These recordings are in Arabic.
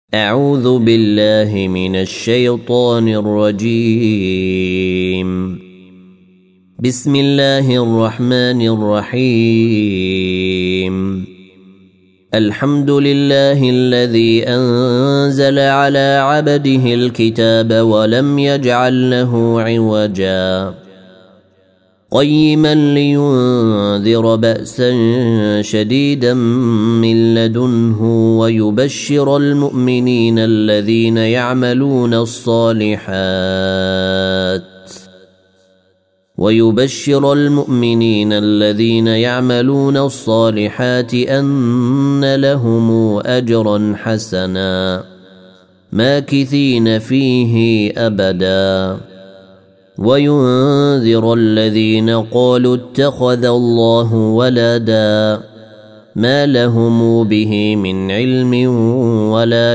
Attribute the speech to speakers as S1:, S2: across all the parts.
S1: أعوذ بالله من الشيطان الرجيم. بسم الله الرحمن الرحيم. الحمد لله الذي أنزل على عبده الكتاب ولم يجعل له عوجا قيما لينذر بأسا شديدا من لدنه ويبشر المؤمنين الذين يعملون الصالحات أن لهم أجرا حسنا ماكثين فيه أبدا وينذر الذين قالوا اتخذ الله ولدا ما لهم به من علم ولا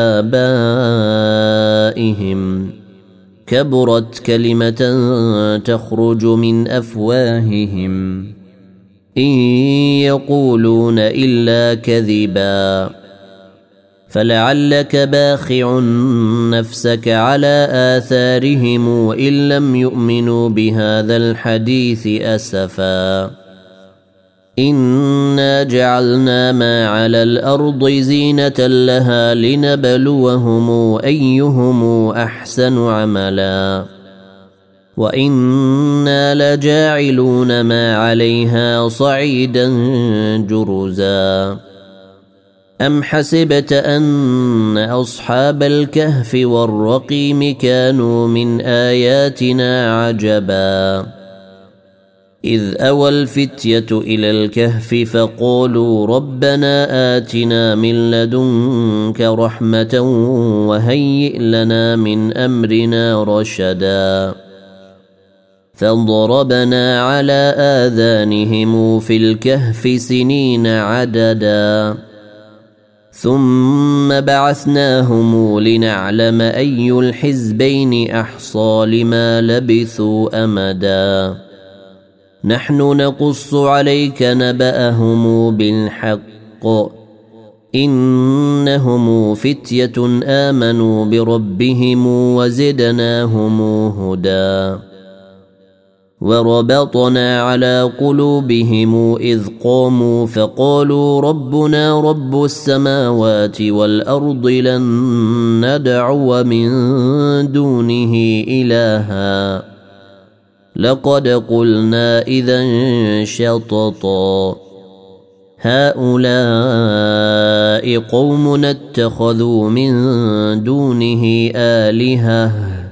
S1: لآبائهم كبرت كلمة تخرج من أفواههم إن يقولون إلا كذبا فلعلك باخع نفسك على آثارهم إن لم يؤمنوا بهذا الحديث أسفا إنا جعلنا ما على الأرض زينة لها لنبلوهم أيهم أحسن عملا وإنا لجاعلون ما عليها صعيدا جرزا أم حسبت أن أصحاب الكهف والرقيم كانوا من آياتنا عجبا إذ أوى الفتية إلى الكهف فقالوا ربنا آتنا من لدنك رحمة وهيئ لنا من أمرنا رشدا فضربنا على آذانهم في الكهف سنين عددا ثم بعثناهم لنعلم أي الحزبين أحصى لما لبثوا أمدا نحن نقص عليك نبأهم بالحق إنهم فتية آمنوا بربهم وزدناهم هدى وربطنا على قلوبهم إذ قاموا فقالوا ربنا رب السماوات والأرض لن ندعو من دونه إلها لقد قلنا إذا شططا هؤلاء قوم اتخذوا من دونه آلهة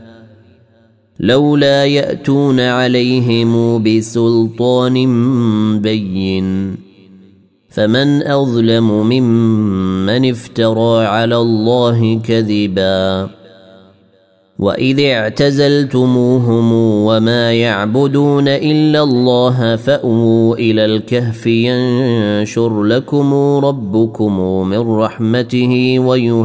S1: لولا يأتون عليهم بسلطان بين فمن أظلم ممن افترى على الله كذبا وإذ اعتزلتموهم وما يعبدون إلا الله فأووا إلى الكهف ينشر لكم ربكم من رحمته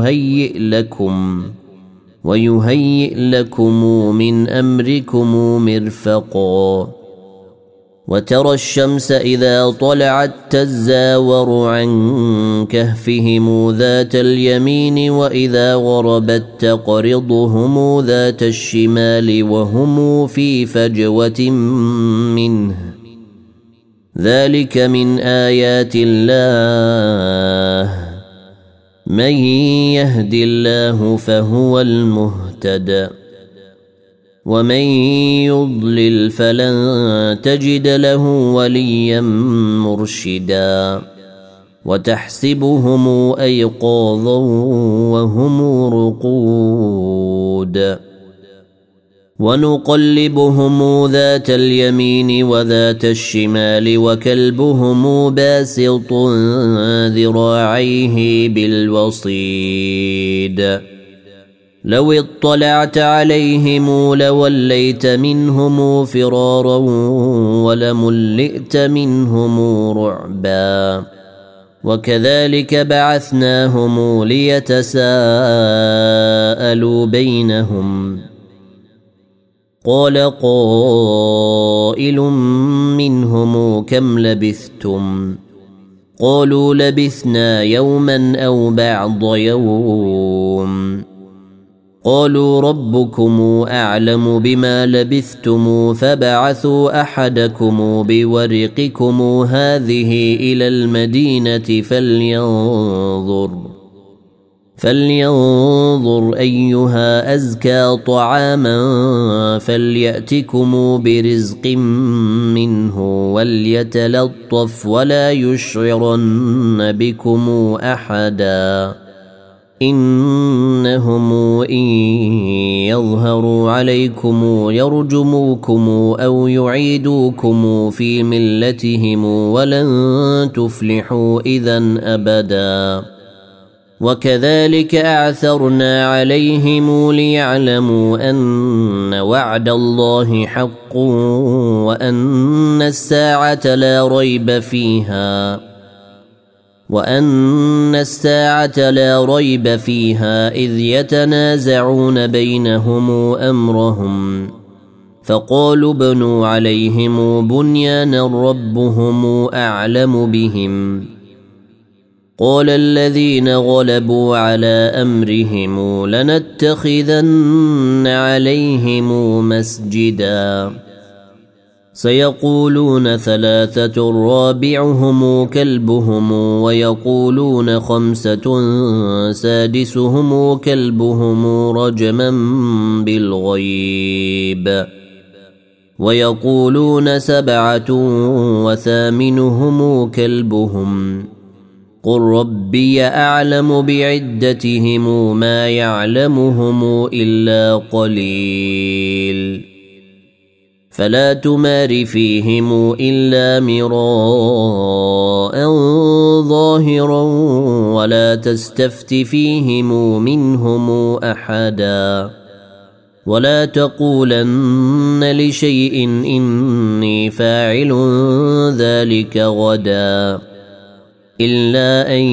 S1: ويهيئ لكم من أمركم مرفقا وترى الشمس إذا طلعت تزاور عن كهفهم ذات اليمين وإذا غربت تقرضهم ذات الشمال وهم في فجوة منه ذلك من آيات الله من يهد الله فهو المهتد ومن يضلل فلن تجد له وليا مرشدا وتحسبهم أيقاظا وهم رقود ونقلبهم ذات اليمين وذات الشمال وكلبهم باسط ذراعيه بالوصيد لو اطلعت عليهم لوليت منهم فرارا ولملئت منهم رعبا وكذلك بعثناهم ليتساءلوا بينهم قال قائل منهم كم لبثتم قالوا لبثنا يوما أو بعض يوم قالوا ربكم أعلم بما لبثتم فبعثوا أحدكم بورقكم هذه إلى المدينة فلينظر أيها أزكى طعاما فليأتكم برزق منه وليتلطف ولا يشعرن بكم أحدا إنهم إن يظهروا عليكم يرجموكم أو يعيدوكم في ملتهم ولن تفلحوا إذا أبدا وكذلك أعثرنا عليهم ليعلموا أن وعد الله حق وأن الساعة لا ريب فيها إذ يتنازعون بينهم أمرهم فقالوا بنوا عليهم بنيانا ربهم أعلم بهم قال الذين غلبوا على أمرهم لنتخذن عليهم مسجدا سيقولون 3 رابعهم كلبهم ويقولون 5 سادسهم كلبهم رجما بالغيب ويقولون 7 وثامنهم كلبهم قل ربي أعلم بعدتهم ما يعلمهم إلا قليل فلا تمار فيهم إلا مراء ظاهرا ولا تستفت فيهم منهم أحدا ولا تقولن لشيء إني فاعل ذلك غدا إلا أن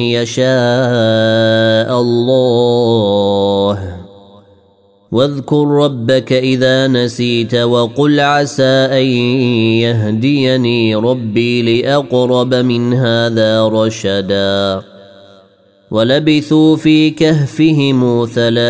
S1: يشاء الله واذكر ربك إذا نسيت وقل عسى أن يهديني ربي لأقرب من هذا رشدا ولبثوا في كهفهم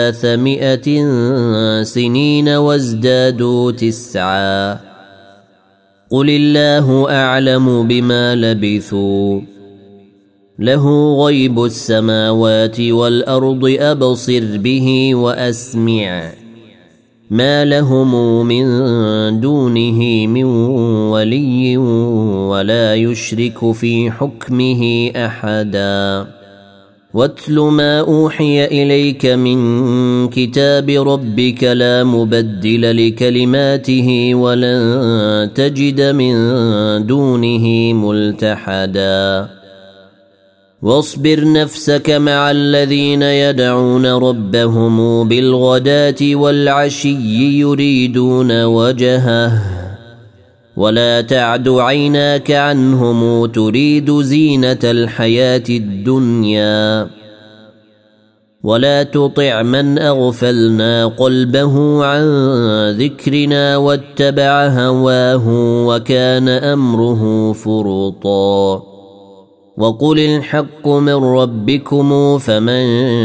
S1: 300 سنين وازدادوا 9 قل الله أعلم بما لبثوا له غيب السماوات والأرض أبصر به وأسمع ما لهم من دونه من ولي ولا يشرك في حكمه أحدا واتل ما أوحي إليك من كتاب ربك لا مبدل لكلماته ولن تجد من دونه ملتحدا واصبر نفسك مع الذين يدعون ربهم بالغداة والعشي يريدون وجهه ولا تعد عيناك عنهم تريد زينة الحياة الدنيا ولا تطع من أغفلنا قلبه عن ذكرنا واتبع هواه وكان أمره فرطا وقل الحق من ربكم فمن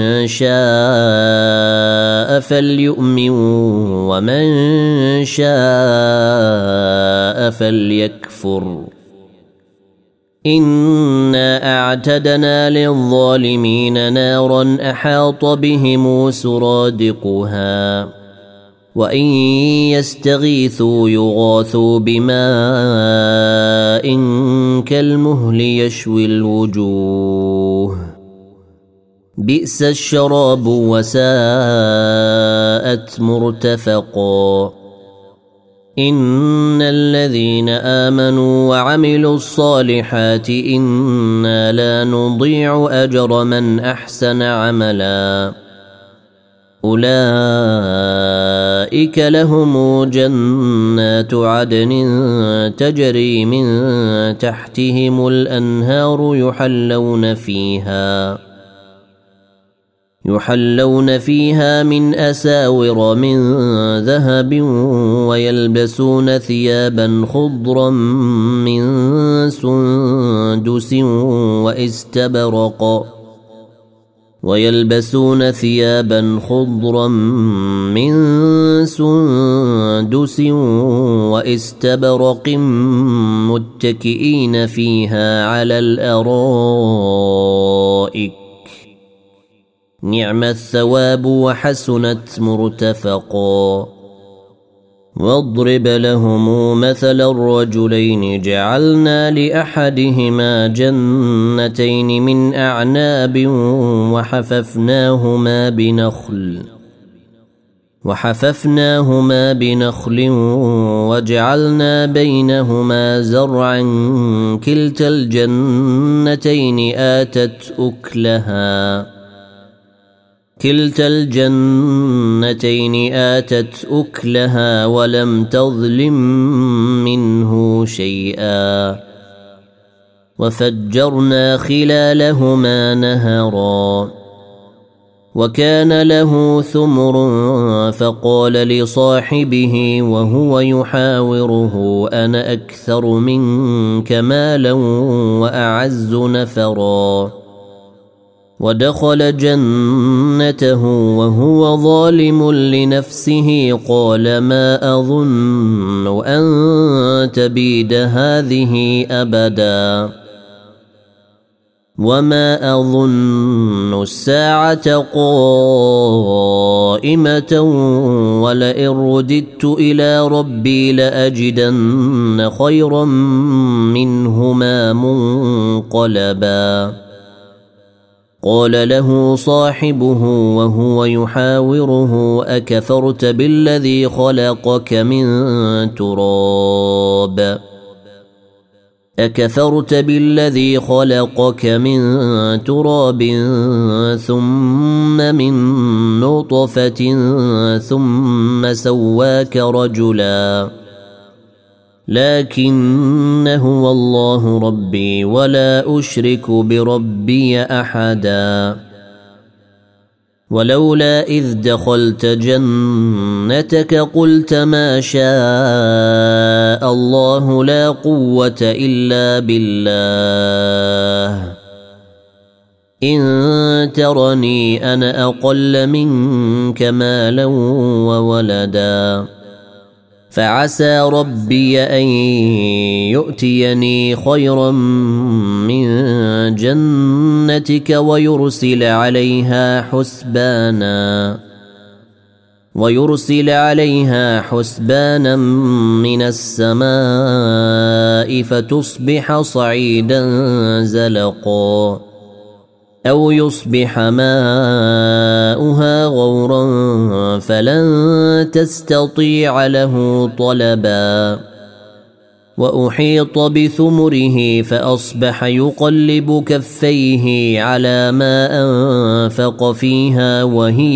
S1: شاء فليؤمن ومن شاء فليكفر إنا أعتدنا للظالمين نارا أحاط بهم سرادقها وإن يستغيثوا يغاثوا بماء كالمهل يشوي الوجوه بئس الشراب وساءت مرتفقا إن الذين آمنوا وعملوا الصالحات إنا لا نضيع أجر من أحسن عملا أولئك لهم جنات عدن تجري من تحتهم الأنهار يحلون فيها من أساور من ذهب ويلبسون ثيابا خضرا من سندس واستبرق متكئين فيها على الأرائك نعم الثواب وحسنت مرتفقا. واضرب لهم مثل الرجلين جعلنا لأحدهما جنتين من أعناب وحففناهما بنخل وجعلنا بينهما زرعا كلتا الجنتين آتت أكلها ولم تظلم منه شيئا وفجرنا خلالهما نهرا. وكان له ثمر فقال لصاحبه وهو يحاوره أنا أكثر منك مالا وأعز نفرا. ودخل جنته وهو ظالم لنفسه قال ما أظن أن تبيد هذه أبدا وما أظن الساعة قائمة ولئن رددت إلى ربي لأجدن خيرا منهما منقلبا. قال له صاحبه وهو يحاوره أكفرت بالذي خلقك من تراب ثم من نطفة ثم سواك رجلا لكن هو الله ربي ولا أشرك بربي أحدا. ولولا إذ دخلت جنتك قلت ما شاء الله لا قوة إلا بالله إن ترني أنا أقل منك مالا وولدا فعسى ربي أن يؤتيني خيرا من جنتك ويرسل عليها حسبانا من السماء فتصبح صعيدا زلقا أو يصبح ماؤها غورا فلن تستطيع له طلبا. وأحيط بثمره فأصبح يقلب كفيه على ما أنفق فيها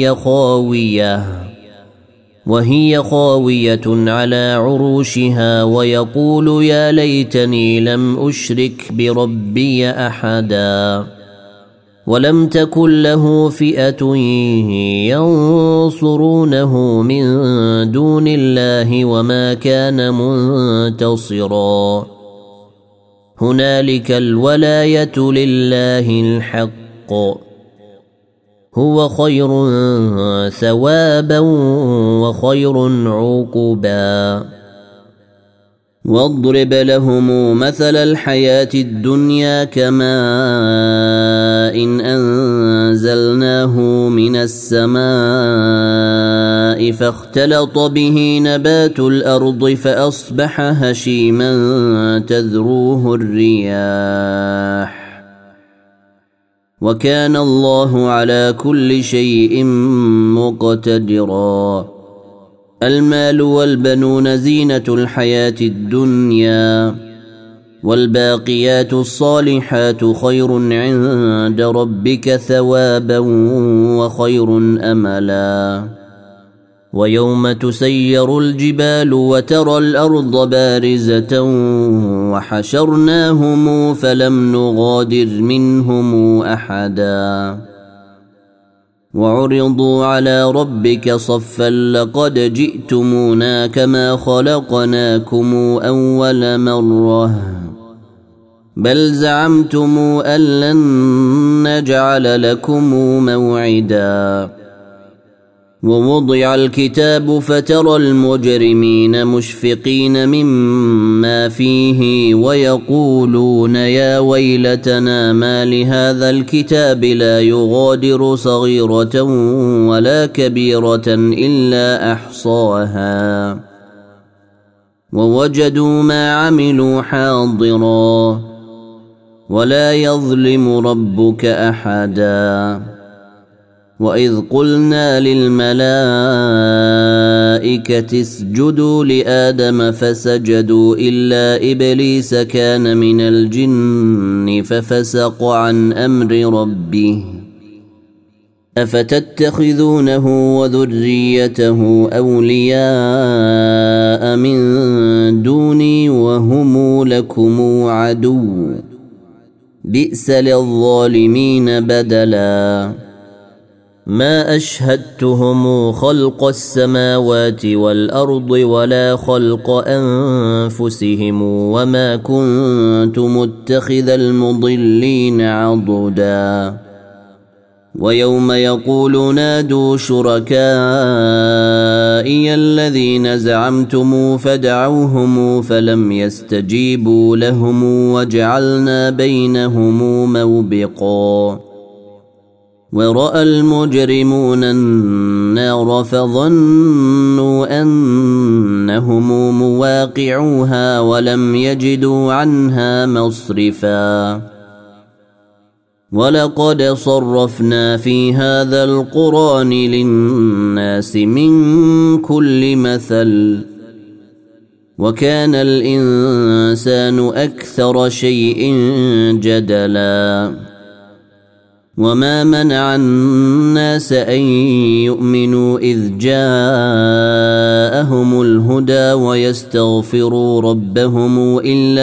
S1: وهي خاوية على عروشها ويقول يا ليتني لم أشرك بربي أحدا. ولم تكن له فئة ينصرونه من دون الله وما كان منتصرا. هنالك الولاية لله الحق هو خير ثوابا وخير عقبا. واضرب لهم مثل الحياة الدنيا كماء إن أنزلناه من السماء فاختلط به نبات الأرض فأصبح هشيما تذروه الرياح وكان الله على كل شيء مقتدرا. المال والبنون زينة الحياة الدنيا والباقيات الصالحات خير عند ربك ثوابا وخير أملا. ويوم تسير الجبال وترى الأرض بارزة وحشرناهم فلم نغادر منهم أحدا. وعرضوا على ربك صفا لقد جئتمونا كما خلقناكم أول مرة بل زعمتم أن لن نجعل لكم موعدا ووضع الكتاب فترى المجرمين مشفقين مما فيه ويقولون يا ويلتنا ما لهذا الكتاب لا يغادر صغيرة ولا كبيرة إلا أحصاها ووجدوا ما عملوا حاضرا ولا يظلم ربك أحدا وإذ قلنا للملائكة اسجدوا لآدم فسجدوا إلا إبليس كان من الجن ففسق عن أمر ربه أفتتخذونه وذريته أولياء من دوني وهم لكم عدو بئس للظالمين بدلا ما أشهدتهم خلق السماوات والأرض ولا خلق أنفسهم وما كنت متخذ المضلين عضدا ويوم يقول نادوا شركائي الذين زعمتم فدعوهم فلم يستجيبوا لهم وجعلنا بينهم موبقا ورأى المجرمون النار فظنوا أنهم مواقعوها ولم يجدوا عنها مصرفا ولقد صرفنا في هذا القرآن للناس من كل مثل وكان الإنسان أكثر شيء جدلا وما منع الناس أن يؤمنوا إذ جاءهم الهدى ويستغفروا ربهم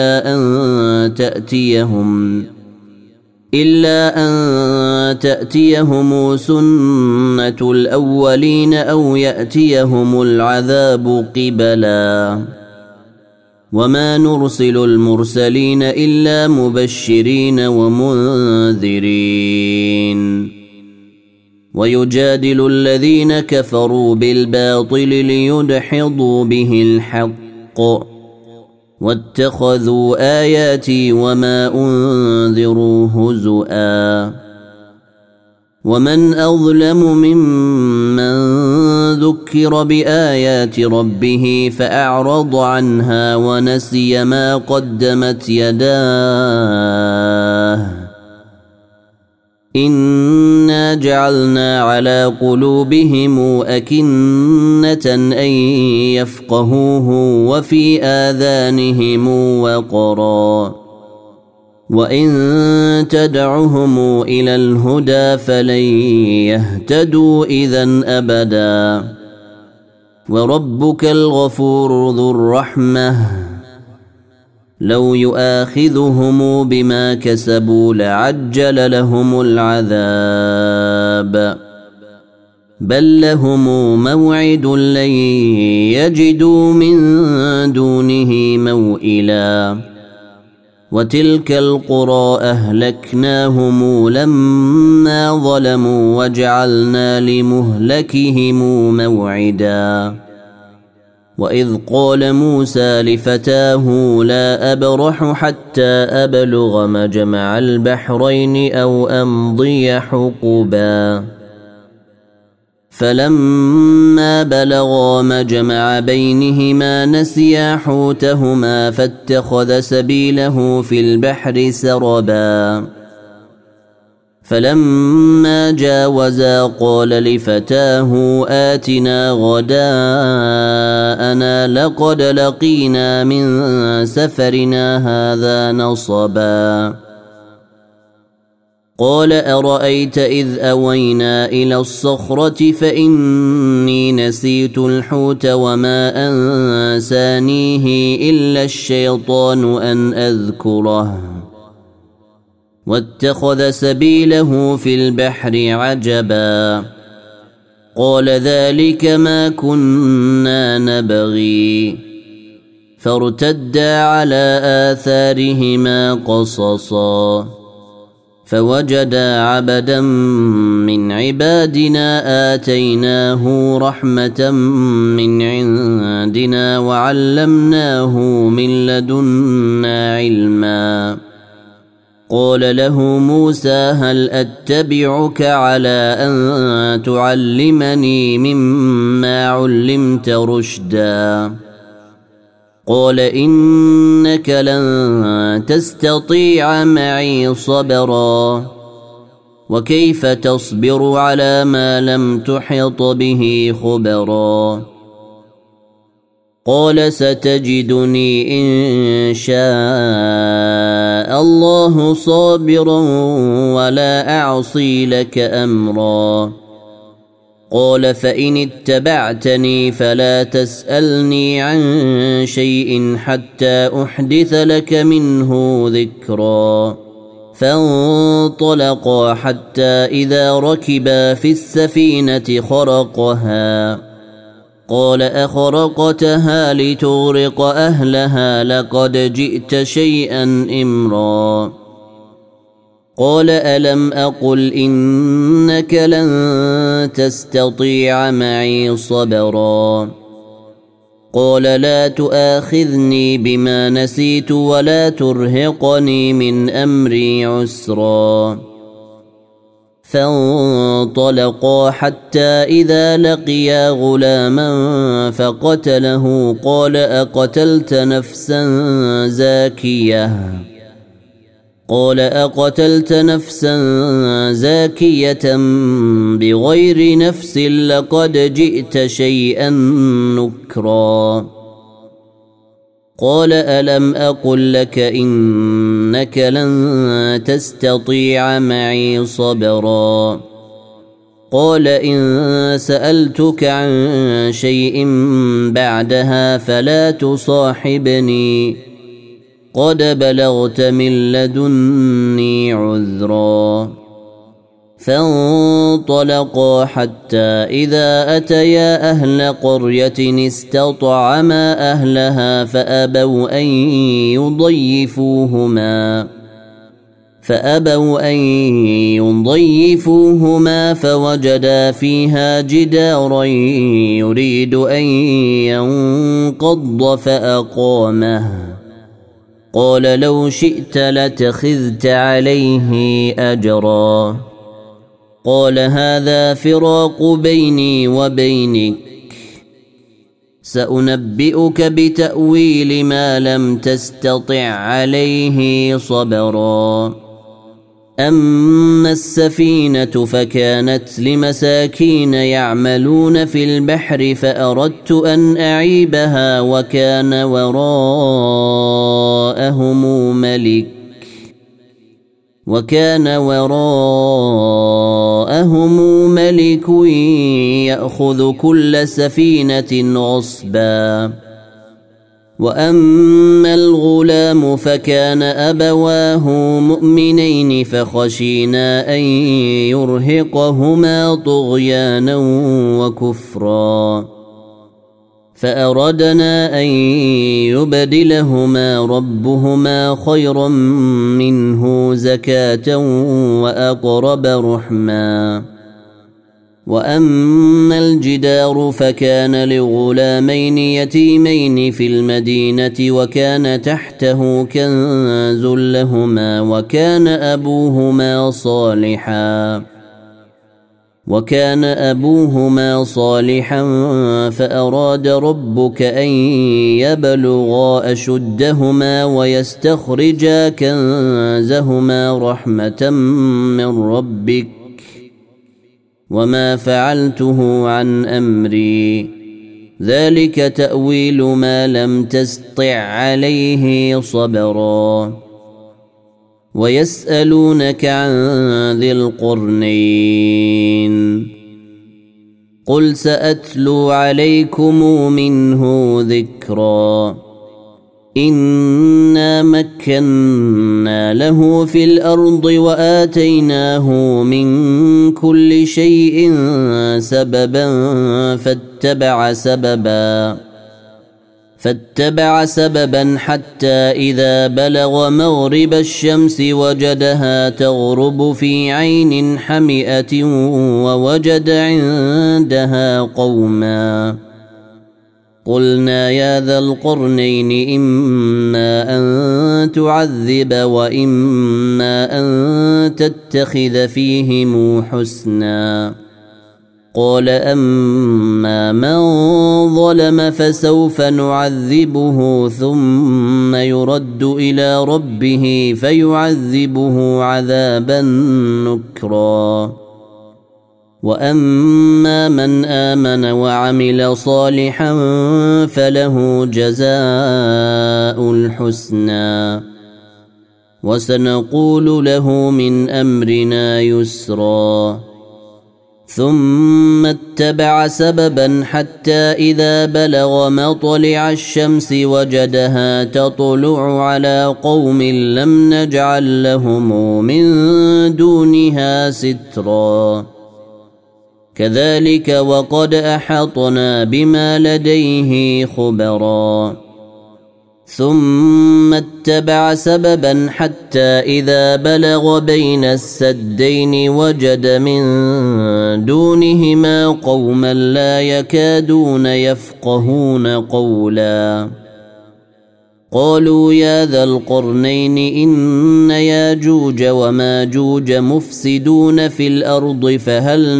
S1: إلا أن تأتيهم سنة الأولين أو يأتيهم العذاب قبلا وما نرسل المرسلين إلا مبشرين ومنذرين ويجادل الذين كفروا بالباطل ليدحضوا به الحق واتخذوا آياتي وما أنذروا هزؤا ومن أظلم ممن ذكر بآيات ربه فأعرض عنها ونسي ما قدمت يداه إنا جعلنا على قلوبهم أكنة أن يفقهوه وفي آذانهم وقرا وإن تدعهم إلى الهدى فلن يهتدوا إذن أبدا وربك الغفور ذو الرحمة لو يؤاخذهم بما كسبوا لعجل لهم العذاب بل لهم موعد لن يجدوا من دونه موئلا وتلك القرى أهلكناهم لما ظلموا وجعلنا لمهلكهم موعدا وإذ قال موسى لفتاه لا أبرح حتى أبلغ مجمع البحرين أو أمضي حقبا فلما بلغا مجمع بينهما نسيا حوتهما فاتخذ سبيله في البحر سربا فلما جاوزا قال لفتاه آتنا غداءنا لقد لقينا من سفرنا هذا نصبا قال أرأيت إذ أوينا إلى الصخرة فإني نسيت الحوت وما أنسانيه إلا الشيطان أن أذكره واتخذ سبيله في البحر عجبا قال ذلك ما كنا نبغي فارتدا على آثارهما قصصا فوجدا عبدا من عبادنا آتيناه رحمة من عندنا وعلمناه من لدنا علما قال له موسى هل أتبعك على أن تعلمني مما علمت رشدا قال إنك لن تستطيع معي صبرا وكيف تصبر على ما لم تحط به خبرا قال ستجدني إن شاء الله صابرا ولا أعصي لك أمرا قال فإن اتبعتني فلا تسألني عن شيء حتى أحدث لك منه ذكرا فانطلقا حتى إذا ركبا في السفينة خرقها قال أخرقتها لتغرق أهلها لقد جئت شيئا إمرا قال ألم أقل إنك لن تستطيع معي صبرا قال لا تؤاخذني بما نسيت ولا ترهقني من أمري عسرا فانطلقا حتى إذا لقيا غلاما فقتله قال أقتلت نفسا زاكية بغير نفس لقد جئت شيئا نكرا قال ألم أقل لك إنك لن تستطيع معي صبرا قال إن سألتك عن شيء بعدها فلا تصاحبني قد بلغت من لدني عذرا فانطلقا حتى إذا أتيا أهل قرية استطعما أهلها فأبوا أن يضيفوهما فوجدا فيها جدارا يريد أن ينقض فأقامه قال لو شئت لاتخذت عليه أجرا قال هذا فراق بيني وبينك سأنبئك بتأويل ما لم تستطع عليه صبرا أما السفينة فكانت لمساكين يعملون في البحر فأردت أن أعيبها وكان وراءهم ملك يأخذ كل سفينة غصبا وأما الغلام فكان أبواه مؤمنين فخشينا أن يرهقهما طغيانا وكفرا فأردنا أن يبدلهما ربهما خيرا منه زكاة وأقرب رحما وأما الجدار فكان لغلامين يتيمين في المدينة وكان تحته كنز لهما وكان أبوهما صالحا فأراد ربك أن يبلغا أشدهما ويستخرجا كنزهما رحمة من ربك وما فعلته عن أمري ذلك تأويل ما لم تستطع عليه صبرا ويسألونك عن ذي القرنين قل سأتلو عليكم منه ذكرا إنا مكنا له في الأرض وآتيناه من كل شيء سببا فاتبع سببا حتى إذا بلغ مغرب الشمس وجدها تغرب في عين حمئة ووجد عندها قوما قلنا يا ذا القرنين إما أن تعذب وإما أن تتخذ فيهم حسنا قال أما من ظلم فسوف نعذبه ثم يرد إلى ربه فيعذبه عذابا نكرا وأما من آمن وعمل صالحا فله جزاء الحسنى وسنقول له من أمرنا يسرا ثم اتبع سببا حتى إذا بلغ مطلع الشمس وجدها تطلع على قوم لم نجعل لهم من دونها سترا كذلك وقد أحطنا بما لديه خبرا ثم اتبع سببا حتى إذا بلغ بين السدين وجد من دونهما قوما لا يكادون يفقهون قولا قالوا يا ذا القرنين إن ياجوج وماجوج مفسدون في الأرض فهل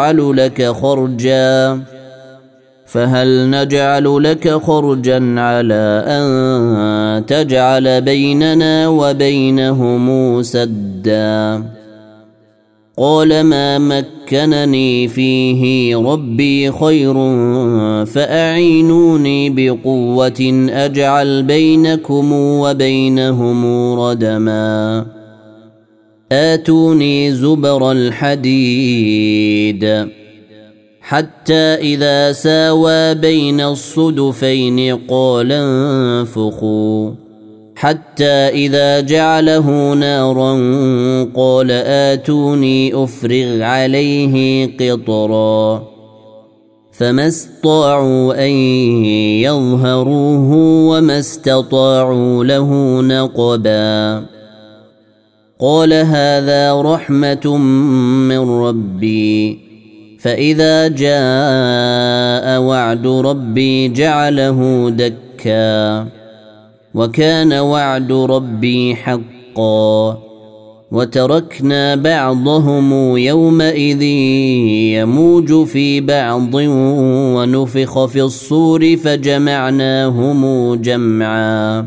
S1: نجعل لك خرجا على أن تجعل بيننا وبينهم سدا قال ما مكنني فيه ربي خير فأعينوني بقوة أجعل بينكم وبينهم ردما آتوني زبر الحديد حتى إذا ساوى بين الصدفين قال انفخوا حتى إذا جعله نارا قال آتوني أفرغ عليه قطرا فما استطاعوا أن يظهروه وما استطاعوا له نقبا قال هذا رحمة من ربي فإذا جاء وعد ربي جعله دكا وكان وعد ربي حقا وتركنا بعضهم يومئذ يموج في بعض ونفخ في الصور فجمعناهم جمعا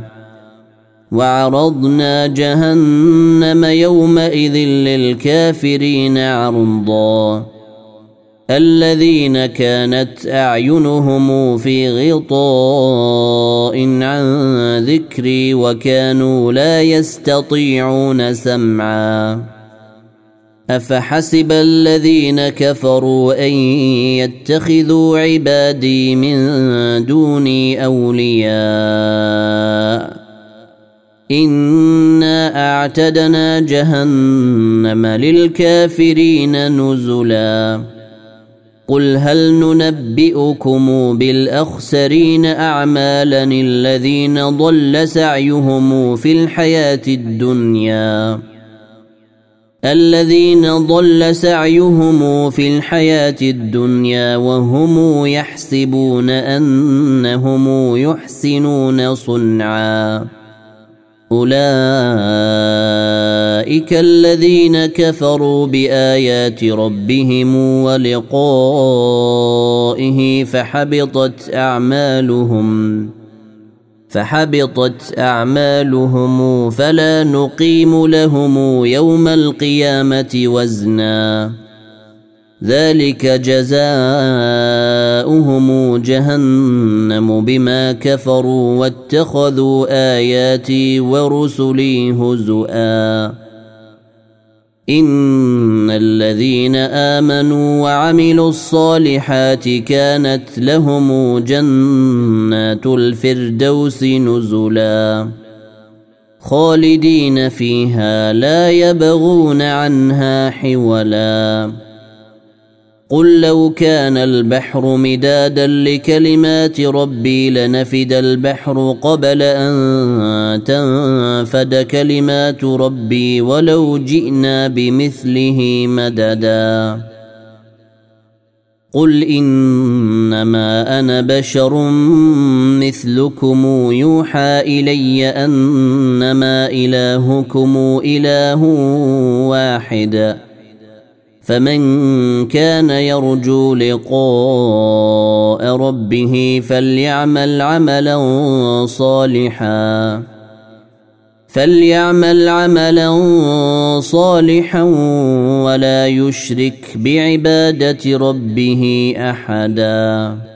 S1: وعرضنا جهنم يومئذ للكافرين عرضا الذين كانت أعينهم في غطاء عن ذكري وكانوا لا يستطيعون سمعا أفحسب الذين كفروا أن يتخذوا عبادي من دوني أولياء إنا أعتدنا جهنم للكافرين نزلا قل هل ننبئكم بالأخسرين أعمالا الذين ضل سعيهم في الحياة الدنيا وهم يحسبون أنهم يحسنون صنعا أولئك الذين كفروا بآيات ربهم ولقائه فحبطت أعمالهم فلا نقيم لهم يوم القيامة وزنا ذلك جزاؤهم جهنم بما كفروا واتخذوا آياتي ورسلي هزؤا إن الذين آمنوا وعملوا الصالحات كانت لهم جنات الفردوس نزلا خالدين فيها لا يبغون عنها حولا قل لو كان البحر مدادا لكلمات ربي لنفد البحر قبل أن تنفد كلمات ربي ولو جئنا بمثله مددا قل إنما أنا بشر مثلكم يوحى إلي أنما إلهكم إله واحد فمن كان يرجو لقاء ربه فليعمل عملا صالحا ولا يشرك بعبادة ربه أحدا.